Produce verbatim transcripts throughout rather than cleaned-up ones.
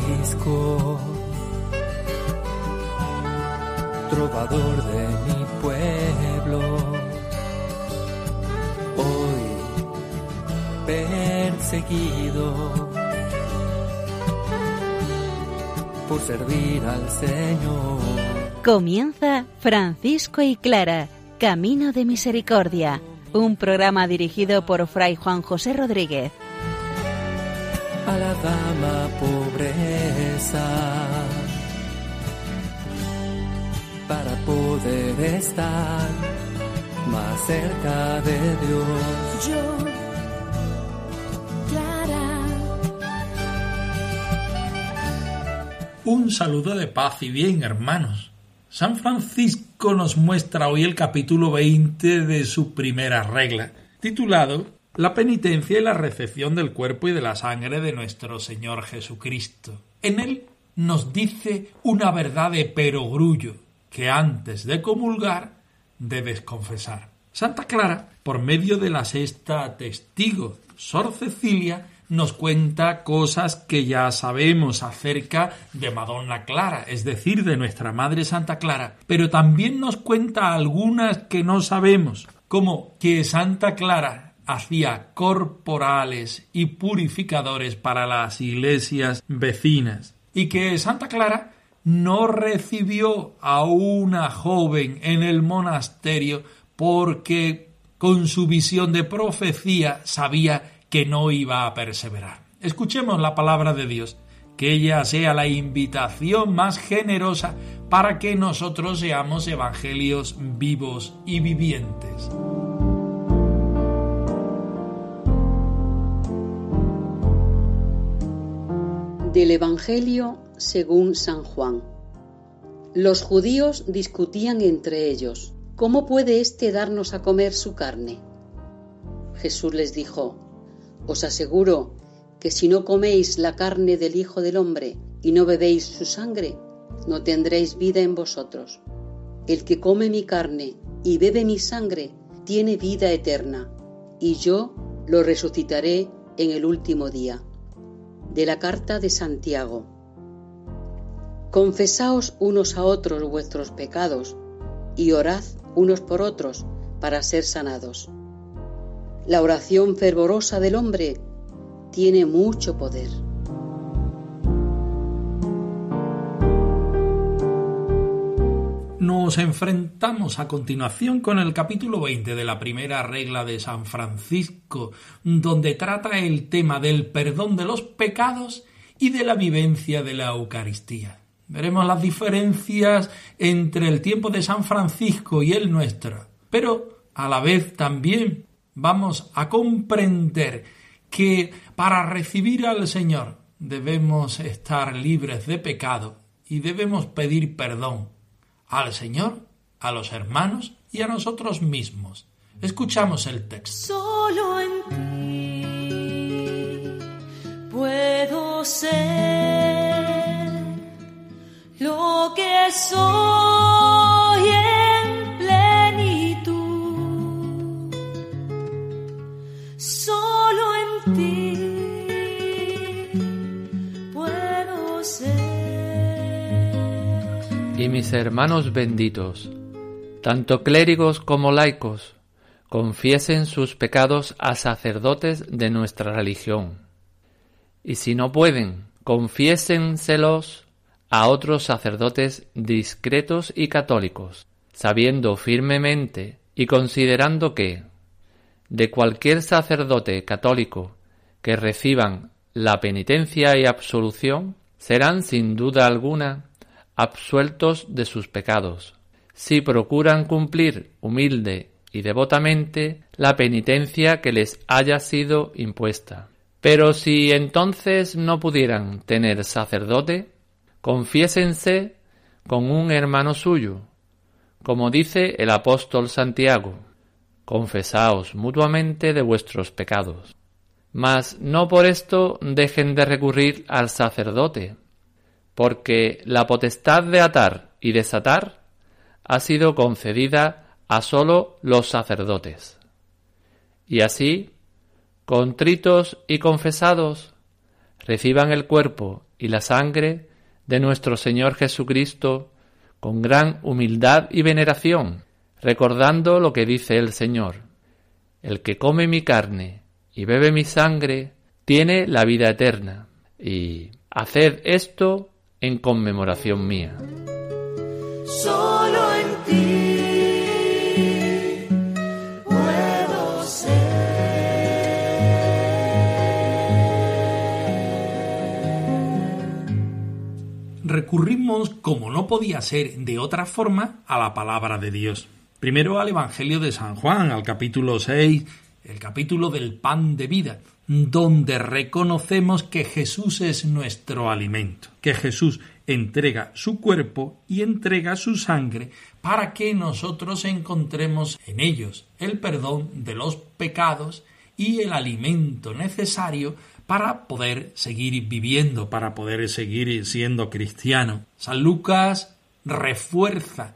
Francisco, trovador de mi pueblo, hoy perseguido por servir al Señor. Comienza Francisco y Clara, Camino de Misericordia, un programa dirigido por Fray Juan José Rodríguez. A la dama pobreza, para poder estar más cerca de Dios. Yo, Clara. Un saludo de paz y bien, hermanos. San Francisco nos muestra hoy el capítulo veinte de su primera regla, titulado La penitencia y la recepción del cuerpo y de la sangre de nuestro Señor Jesucristo. En él nos dice una verdad de perogrullo, que antes de comulgar debes confesar. Santa Clara, por medio de la sexta testigo, Sor Cecilia, nos cuenta cosas que ya sabemos acerca de Madonna Clara, es decir, de nuestra Madre Santa Clara, pero también nos cuenta algunas que no sabemos, como que Santa Clara hacía corporales y purificadores para las iglesias vecinas, y que Santa Clara no recibió a una joven en el monasterio porque con su visión de profecía sabía que no iba a perseverar. Escuchemos la palabra de Dios, que ella sea la invitación más generosa para que nosotros seamos evangelios vivos y vivientes. Del Evangelio según San Juan. Los judíos discutían entre ellos: ¿cómo puede éste darnos a comer su carne? Jesús les dijo: os aseguro que si no coméis la carne del Hijo del Hombre y no bebéis su sangre, no tendréis vida en vosotros. El que come mi carne y bebe mi sangre tiene vida eterna, y yo lo resucitaré en el último día. De la carta de Santiago. Confesaos unos a otros vuestros pecados y orad unos por otros para ser sanados. La oración fervorosa del hombre tiene mucho poder. Nos enfrentamos a continuación con el capítulo veinte de la primera regla de San Francisco, donde trata el tema del perdón de los pecados y de la vivencia de la Eucaristía. Veremos las diferencias entre el tiempo de San Francisco y el nuestro, pero a la vez también vamos a comprender que para recibir al Señor debemos estar libres de pecado y debemos pedir perdón al Señor, a los hermanos y a nosotros mismos. Escuchamos el texto. Solo en ti puedo ser lo que soy en plenitud. Solo en ti puedo ser. Y mis hermanos benditos, tanto clérigos como laicos, confiesen sus pecados a sacerdotes de nuestra religión. Y si no pueden, confiésenselos a otros sacerdotes discretos y católicos, sabiendo firmemente y considerando que, de cualquier sacerdote católico que reciban la penitencia y absolución, serán sin duda alguna absueltos de sus pecados, si procuran cumplir humilde y devotamente la penitencia que les haya sido impuesta. Pero si entonces no pudieran tener sacerdote, confiésense con un hermano suyo, como dice el apóstol Santiago: confesaos mutuamente de vuestros pecados. Mas no por esto dejen de recurrir al sacerdote, porque la potestad de atar y desatar ha sido concedida a sólo los sacerdotes. Y así, contritos y confesados, reciban el cuerpo y la sangre de nuestro Señor Jesucristo con gran humildad y veneración, recordando lo que dice el Señor: el que come mi carne y bebe mi sangre tiene la vida eterna, y haced esto en conmemoración mía. Solo en ti puedo ser. Recurrimos, como no podía ser de otra forma, a la palabra de Dios. Primero al Evangelio de San Juan, al capítulo seis, el capítulo del pan de vida, donde reconocemos que Jesús es nuestro alimento, que Jesús entrega su cuerpo y entrega su sangre para que nosotros encontremos en ellos el perdón de los pecados y el alimento necesario para poder seguir viviendo, para poder seguir siendo cristiano. San Lucas refuerza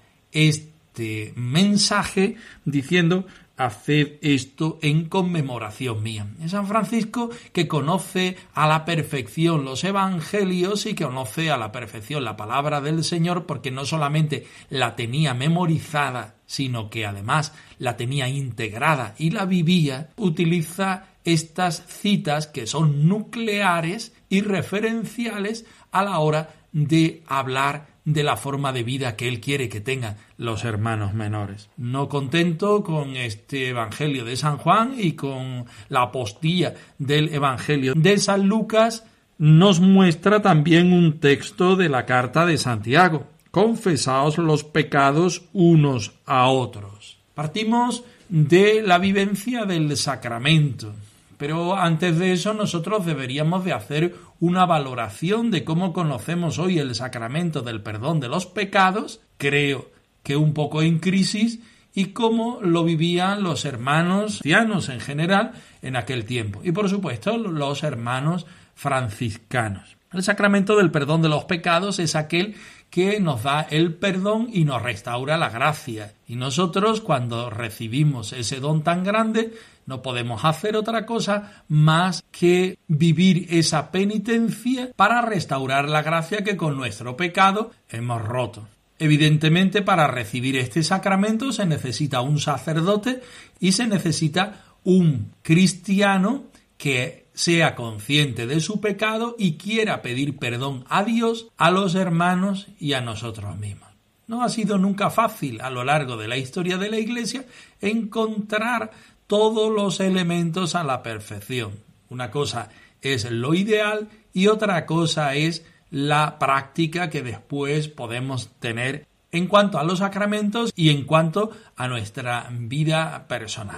este mensaje diciendo: haced esto en conmemoración mía. Es San Francisco, que conoce a la perfección los evangelios y que conoce a la perfección la palabra del Señor, porque no solamente la tenía memorizada, sino que además la tenía integrada y la vivía. Utiliza estas citas que son nucleares y referenciales a la hora de hablar de la forma de vida que él quiere que tengan los hermanos menores. No contento con este Evangelio de San Juan y con la apostilla del Evangelio de San Lucas, nos muestra también un texto de la carta de Santiago: confesaos los pecados unos a otros. Partimos de la vivencia del sacramento, pero antes de eso nosotros deberíamos de hacer una valoración de cómo conocemos hoy el sacramento del perdón de los pecados, creo que un poco en crisis, y cómo lo vivían los hermanos cristianos en general en aquel tiempo, y por supuesto los hermanos franciscanos. El sacramento del perdón de los pecados es aquel que nos da el perdón y nos restaura la gracia. Y nosotros, cuando recibimos ese don tan grande, no podemos hacer otra cosa más que vivir esa penitencia para restaurar la gracia que con nuestro pecado hemos roto. Evidentemente, para recibir este sacramento se necesita un sacerdote y se necesita un cristiano que sea consciente de su pecado y quiera pedir perdón a Dios, a los hermanos y a nosotros mismos. No ha sido nunca fácil a lo largo de la historia de la Iglesia encontrar todos los elementos a la perfección. Una cosa es lo ideal y otra cosa es la práctica que después podemos tener en cuanto a los sacramentos y en cuanto a nuestra vida personal.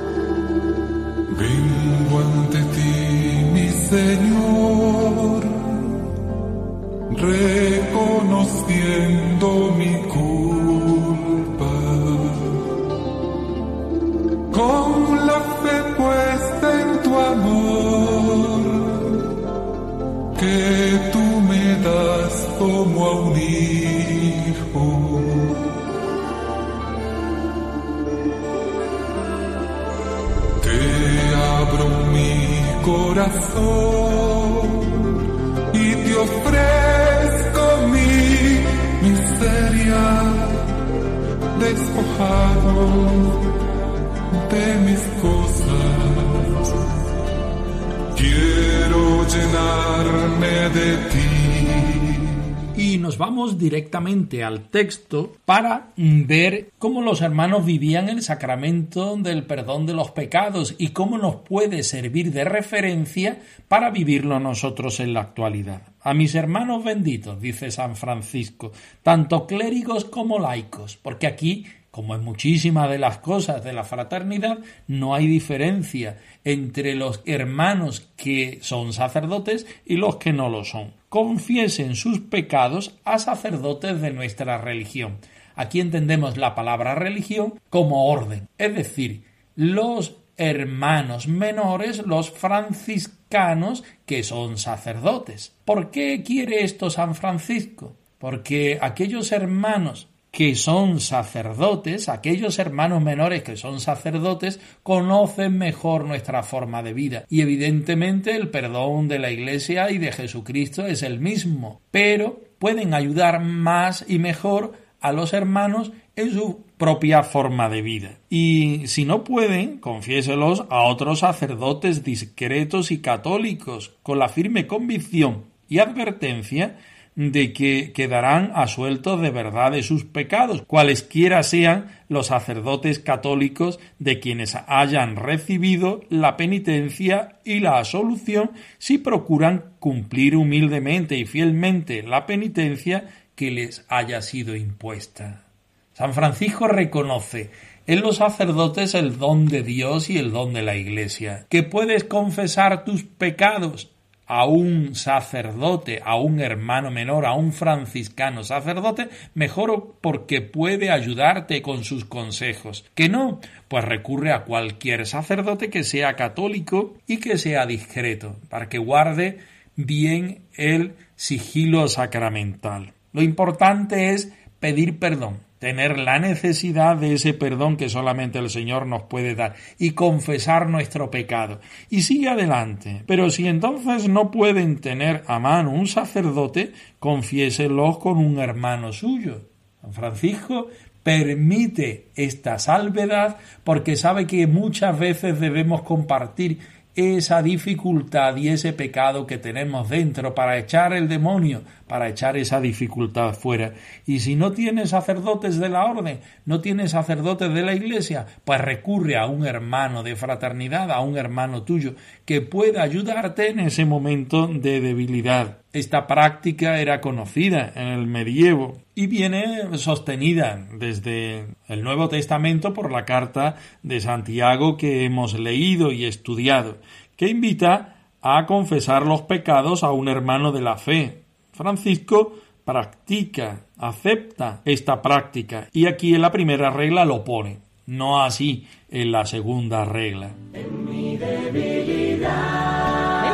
Vengo ante ti, mi Señor, reconociendo mi culpa, con la fe puesta en tu amor, que tú me das como a un hijo. Abro mi corazón y te ofrezco mi miseria, despojado de mis cosas. Quiero llenarme de ti. Y nos vamos directamente al texto para ver cómo los hermanos vivían el sacramento del perdón de los pecados y cómo nos puede servir de referencia para vivirlo nosotros en la actualidad. A mis hermanos benditos, dice San Francisco, tanto clérigos como laicos, porque aquí, como en muchísimas de las cosas de la fraternidad, no hay diferencia entre los hermanos que son sacerdotes y los que no lo son. Confiesen sus pecados a sacerdotes de nuestra religión. Aquí entendemos la palabra religión como orden, es decir, los hermanos menores, los franciscanos, que son sacerdotes. ¿Por qué quiere esto San Francisco? Porque aquellos hermanos que son sacerdotes, aquellos hermanos menores que son sacerdotes, conocen mejor nuestra forma de vida. Y evidentemente el perdón de la Iglesia y de Jesucristo es el mismo, pero pueden ayudar más y mejor a los hermanos en su propia forma de vida. Y si no pueden, confiéselos a otros sacerdotes discretos y católicos, con la firme convicción y advertencia de que quedarán asueltos de verdad de sus pecados, cualesquiera sean los sacerdotes católicos de quienes hayan recibido la penitencia y la absolución, si procuran cumplir humildemente y fielmente la penitencia que les haya sido impuesta. San Francisco reconoce en los sacerdotes el don de Dios y el don de la Iglesia, que puedes confesar tus pecados a un sacerdote, a un hermano menor, a un franciscano sacerdote, mejor porque puede ayudarte con sus consejos. Que no, pues recurre a cualquier sacerdote que sea católico y que sea discreto, para que guarde bien el sigilo sacramental. Lo importante es pedir perdón, tener la necesidad de ese perdón que solamente el Señor nos puede dar y confesar nuestro pecado. Y sigue adelante. Pero si entonces no pueden tener a mano un sacerdote, confiéselos con un hermano suyo. San Francisco permite esta salvedad porque sabe que muchas veces debemos compartir esa dificultad y ese pecado que tenemos dentro para echar el demonio, para echar esa dificultad fuera. Y si no tienes sacerdotes de la orden, no tienes sacerdotes de la Iglesia, pues recurre a un hermano de fraternidad, a un hermano tuyo, que pueda ayudarte en ese momento de debilidad. Esta práctica era conocida en el medievo y viene sostenida desde el Nuevo Testamento por la carta de Santiago que hemos leído y estudiado, que invita a confesar los pecados a un hermano de la fe. Francisco practica, acepta esta práctica y aquí en la primera regla lo pone, no así en la segunda regla. En mi debilidad.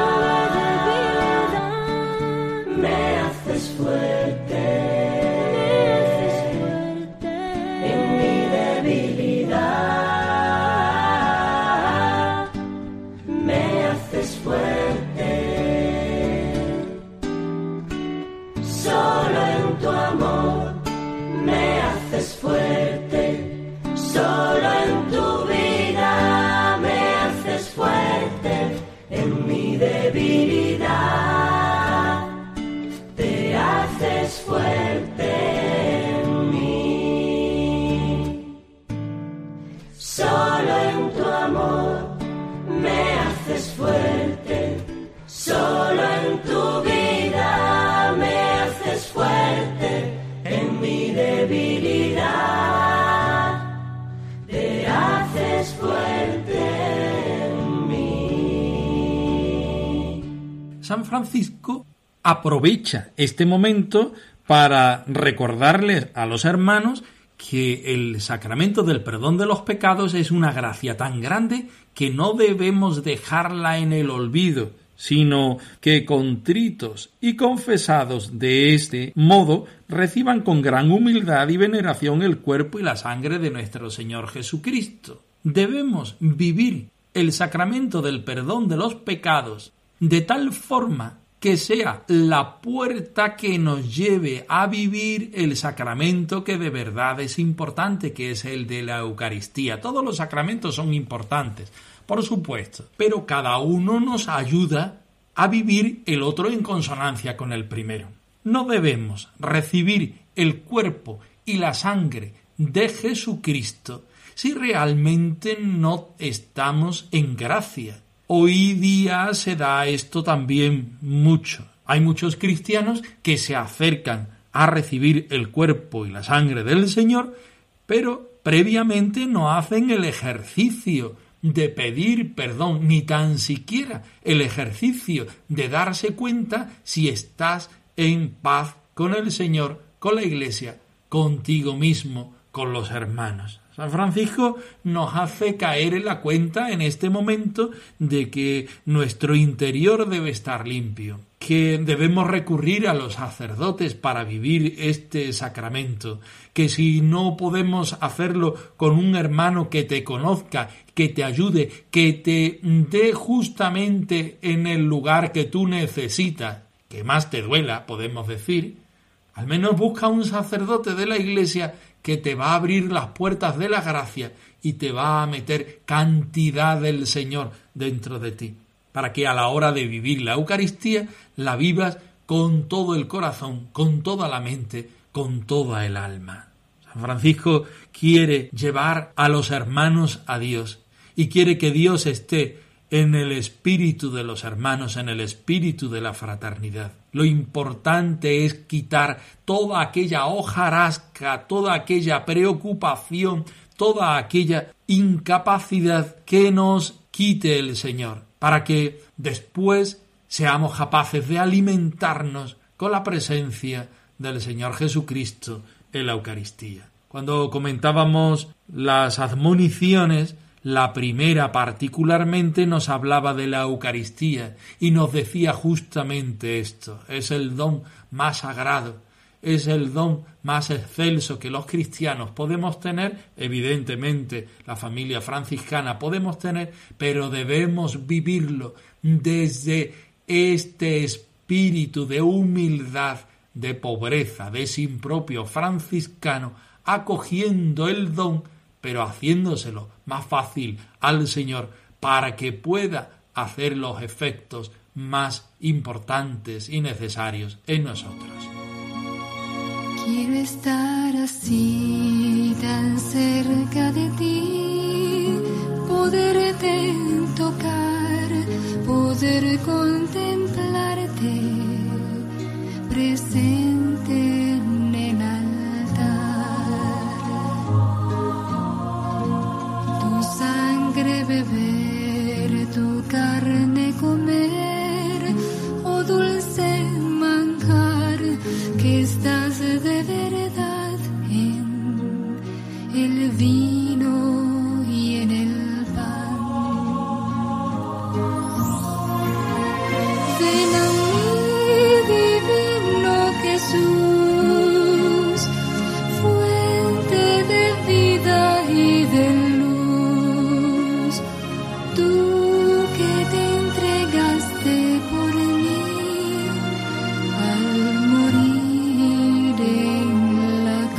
Me haces fuerte, me haces fuerte, en mi debilidad, me haces fuerte, solo en tu amor me haces fuerte, solo en tu vida me haces fuerte, en mi debilidad. Haces fuerte en mí, solo en tu amor me haces fuerte, solo en tu vida me haces fuerte, en mi debilidad te haces fuerte en mí. San Francisco aprovecha este momento para recordarles a los hermanos que el sacramento del perdón de los pecados es una gracia tan grande que no debemos dejarla en el olvido, sino que contritos y confesados de este modo reciban con gran humildad y veneración el cuerpo y la sangre de nuestro Señor Jesucristo. Debemos vivir el sacramento del perdón de los pecados de tal forma que sea la puerta que nos lleve a vivir el sacramento que de verdad es importante, que es el de la Eucaristía. Todos los sacramentos son importantes, por supuesto, pero cada uno nos ayuda a vivir el otro en consonancia con el primero. No debemos recibir el cuerpo y la sangre de Jesucristo si realmente no estamos en gracia. Hoy día se da esto también mucho. Hay muchos cristianos que se acercan a recibir el cuerpo y la sangre del Señor, pero previamente no hacen el ejercicio de pedir perdón, ni tan siquiera el ejercicio de darse cuenta si estás en paz con el Señor, con la Iglesia, contigo mismo, con los hermanos. San Francisco nos hace caer en la cuenta en este momento de que nuestro interior debe estar limpio, que debemos recurrir a los sacerdotes para vivir este sacramento, que si no podemos hacerlo con un hermano que te conozca, que te ayude, que te dé justamente en el lugar que tú necesitas, que más te duela, podemos decir, al menos busca un sacerdote de la Iglesia que te va a abrir las puertas de la gracia y te va a meter cantidad del Señor dentro de ti, para que a la hora de vivir la Eucaristía la vivas con todo el corazón, con toda la mente, con toda el alma. San Francisco quiere llevar a los hermanos a Dios y quiere que Dios esté en el espíritu de los hermanos, en el espíritu de la fraternidad. Lo importante es quitar toda aquella hojarasca, toda aquella preocupación, toda aquella incapacidad que nos quite el Señor, para que después seamos capaces de alimentarnos con la presencia del Señor Jesucristo en la Eucaristía. Cuando comentábamos las admoniciones, la primera particularmente nos hablaba de la Eucaristía y nos decía justamente esto: es el don más sagrado, es el don más excelso que los cristianos podemos tener, evidentemente la familia franciscana podemos tener, pero debemos vivirlo desde este espíritu de humildad, de pobreza, de sin propio franciscano, acogiendo el don, pero haciéndoselo más fácil al Señor para que pueda hacer los efectos más importantes y necesarios en nosotros. Quiero estar así, tan cerca de ti, poderte tocar, poder contemplarte, presente en el altar, tu sangre beber, tu carne comer, oh dulce manjar, que estás de verdad en el vino y en el pan. Ven a mí, divino Jesús, fuente de vida y de luz, tú que te entregaste por mí al morir en la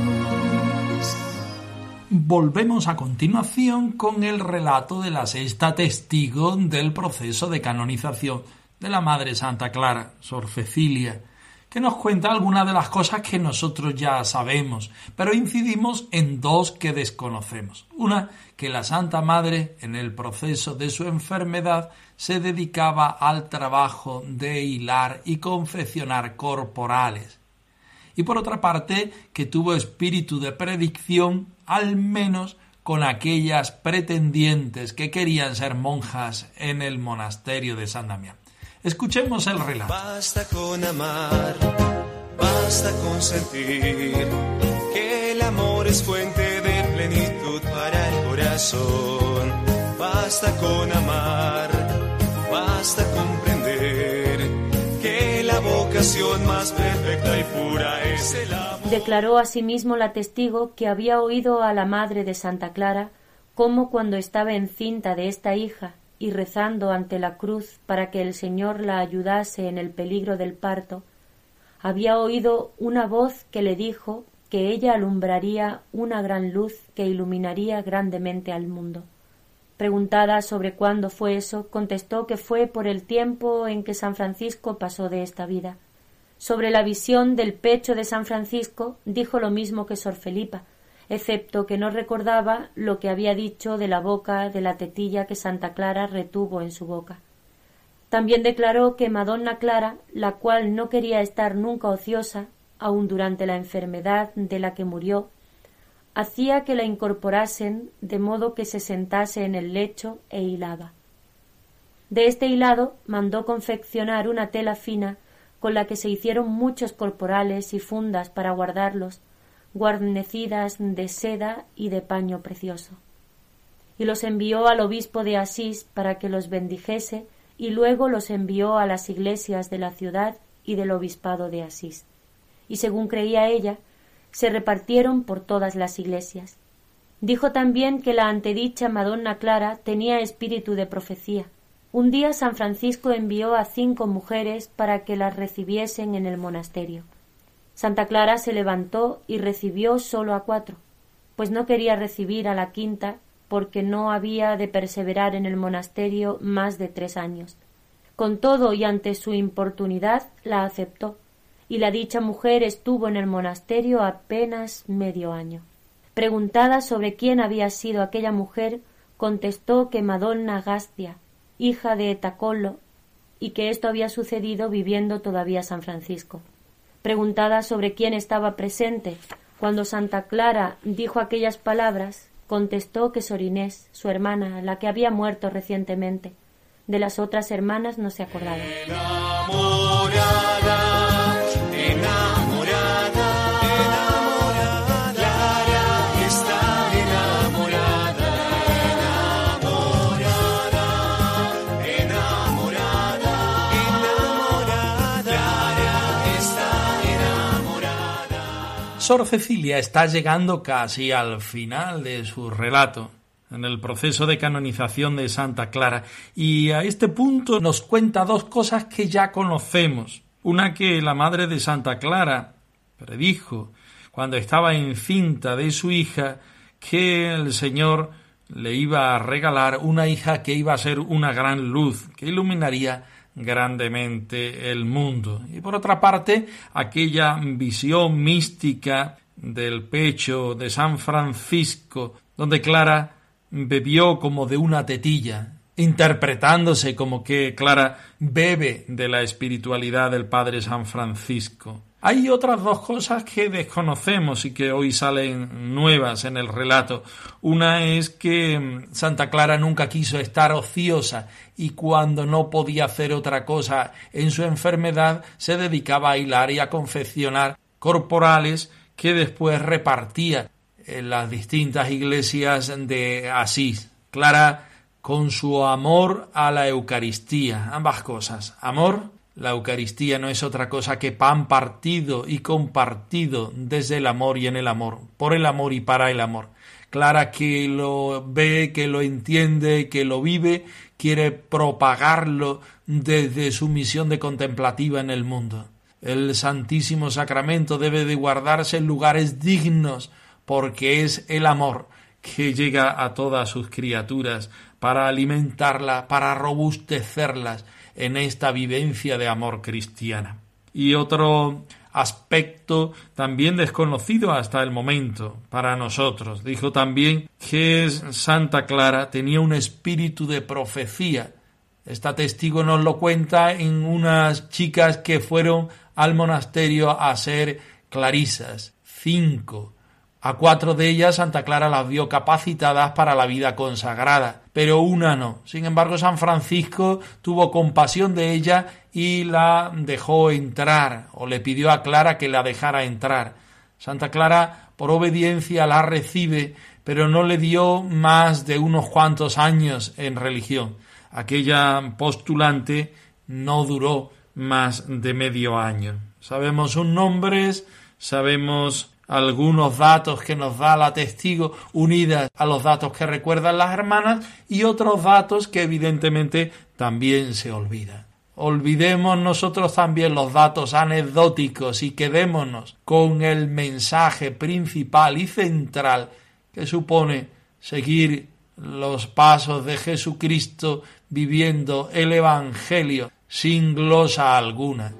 cruz. Volvemos a continuación con el relato de la sexta testigo del proceso de canonización de la Madre Santa Clara, Sor Cecilia, que nos cuenta algunas de las cosas que nosotros ya sabemos, pero incidimos en dos que desconocemos. Una, que la Santa Madre, en el proceso de su enfermedad, se dedicaba al trabajo de hilar y confeccionar corporales. Y por otra parte, que tuvo espíritu de predicción, al menos con aquellas pretendientes que querían ser monjas en el monasterio de San Damián. Escuchemos el relato. Basta con amar, basta con sentir que el amor es fuente de plenitud para el corazón. Basta con amar, basta comprender que la vocación más perfecta y pura es el amor. Declaró asimismo la testigo que había oído a la madre de Santa Clara cómo cuando estaba encinta de esta hija y rezando ante la cruz para que el Señor la ayudase en el peligro del parto, había oído una voz que le dijo que ella alumbraría una gran luz que iluminaría grandemente al mundo. Preguntada sobre cuándo fue eso, contestó que fue por el tiempo en que San Francisco pasó de esta vida. Sobre la visión del pecho de San Francisco dijo lo mismo que Sor Felipa, excepto que no recordaba lo que había dicho de la boca de la tetilla que Santa Clara retuvo en su boca. También declaró que Madonna Clara, la cual no quería estar nunca ociosa, aun durante la enfermedad de la que murió, hacía que la incorporasen de modo que se sentase en el lecho e hilaba. De este hilado mandó confeccionar una tela fina con la que se hicieron muchos corporales y fundas para guardarlos, guarnecidas de seda y de paño precioso. Y los envió al obispo de Asís para que los bendijese, y luego los envió a las iglesias de la ciudad y del obispado de Asís. Y según creía ella, se repartieron por todas las iglesias. Dijo también que la antedicha Madonna Clara tenía espíritu de profecía. Un día San Francisco envió a cinco mujeres para que las recibiesen en el monasterio. Santa Clara se levantó y recibió solo a cuatro, pues no quería recibir a la quinta porque no había de perseverar en el monasterio más de tres años. Con todo y ante su importunidad la aceptó, y la dicha mujer estuvo en el monasterio apenas medio año. Preguntada sobre quién había sido aquella mujer, contestó que Madonna Gastia, hija de Etacolo, y que esto había sucedido viviendo todavía San Francisco. Preguntada sobre quién estaba presente cuando Santa Clara dijo aquellas palabras, contestó que Sor Inés, su hermana, la que había muerto recientemente. De las otras hermanas no se acordaba. Enamorada, enamorada, enamorada, Clara está enamorada, enamorada, enamorada, enamorada, Clara está enamorada. Sor Cecilia está llegando casi al final de su relato en el proceso de canonización de Santa Clara, y a este punto nos cuenta dos cosas que ya conocemos. Una, que la madre de Santa Clara predijo cuando estaba encinta de su hija que el Señor le iba a regalar una hija que iba a ser una gran luz, que iluminaría grandemente el mundo. Y por otra parte, aquella visión mística del pecho de San Francisco, donde Clara bebió como de una tetilla, interpretándose como que Clara bebe de la espiritualidad del Padre San Francisco. Hay otras dos cosas que desconocemos y que hoy salen nuevas en el relato. Una es que Santa Clara nunca quiso estar ociosa y cuando no podía hacer otra cosa en su enfermedad se dedicaba a hilar y a confeccionar corporales que después repartía en las distintas iglesias de Asís. Clara, con su amor a la Eucaristía, ambas cosas, amor, la Eucaristía no es otra cosa que pan partido y compartido desde el amor y en el amor, por el amor y para el amor. Clara, que lo ve, que lo entiende, que lo vive, quiere propagarlo desde su misión de contemplativa en el mundo. El Santísimo Sacramento debe de guardarse en lugares dignos, porque es el amor que llega a todas sus criaturas para alimentarlas, para robustecerlas en esta vivencia de amor cristiana. Y otro aspecto también desconocido hasta el momento para nosotros. Dijo también que Santa Clara tenía un espíritu de profecía. Esta testigo nos lo cuenta en unas chicas que fueron al monasterio a ser clarisas, cinco. A cuatro de ellas Santa Clara las vio capacitadas para la vida consagrada, pero una no. Sin embargo, San Francisco tuvo compasión de ella y la dejó entrar, o le pidió a Clara que la dejara entrar. Santa Clara, por obediencia, la recibe, pero no le dio más de unos cuantos años en religión. Aquella postulante no duró más de medio año. Sabemos sus nombres, sabemos algunos datos que nos da la testigo unidas a los datos que recuerdan las hermanas y otros datos que evidentemente también se olvidan. Olvidemos nosotros también los datos anecdóticos y quedémonos con el mensaje principal y central que supone seguir los pasos de Jesucristo viviendo el Evangelio sin glosa alguna.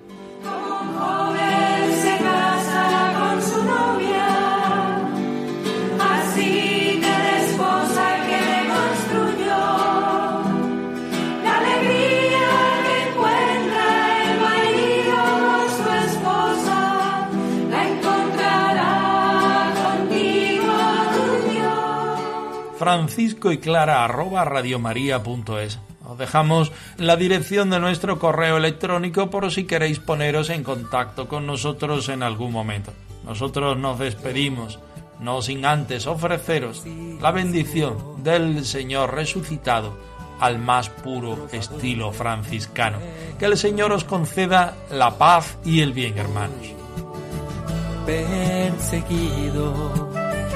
Francisco y Clara arroba radiomaria punto es. Os dejamos la dirección de nuestro correo electrónico por si queréis poneros en contacto con nosotros en algún momento. nosotros nos despedimos, no sin antes ofreceros la bendición del Señor resucitado al más puro estilo franciscano. Que el Señor os conceda la paz y el bien, hermanos. Perseguido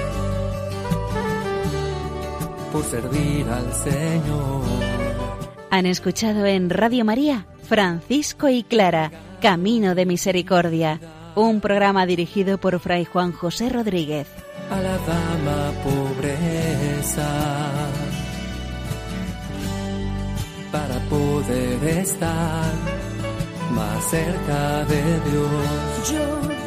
por servir al Señor. Han escuchado en Radio María Francisco y Clara, Camino de Misericordia, un programa dirigido por Fray Juan José Rodríguez. A la dama pobreza, para poder estar más cerca de Dios. Yo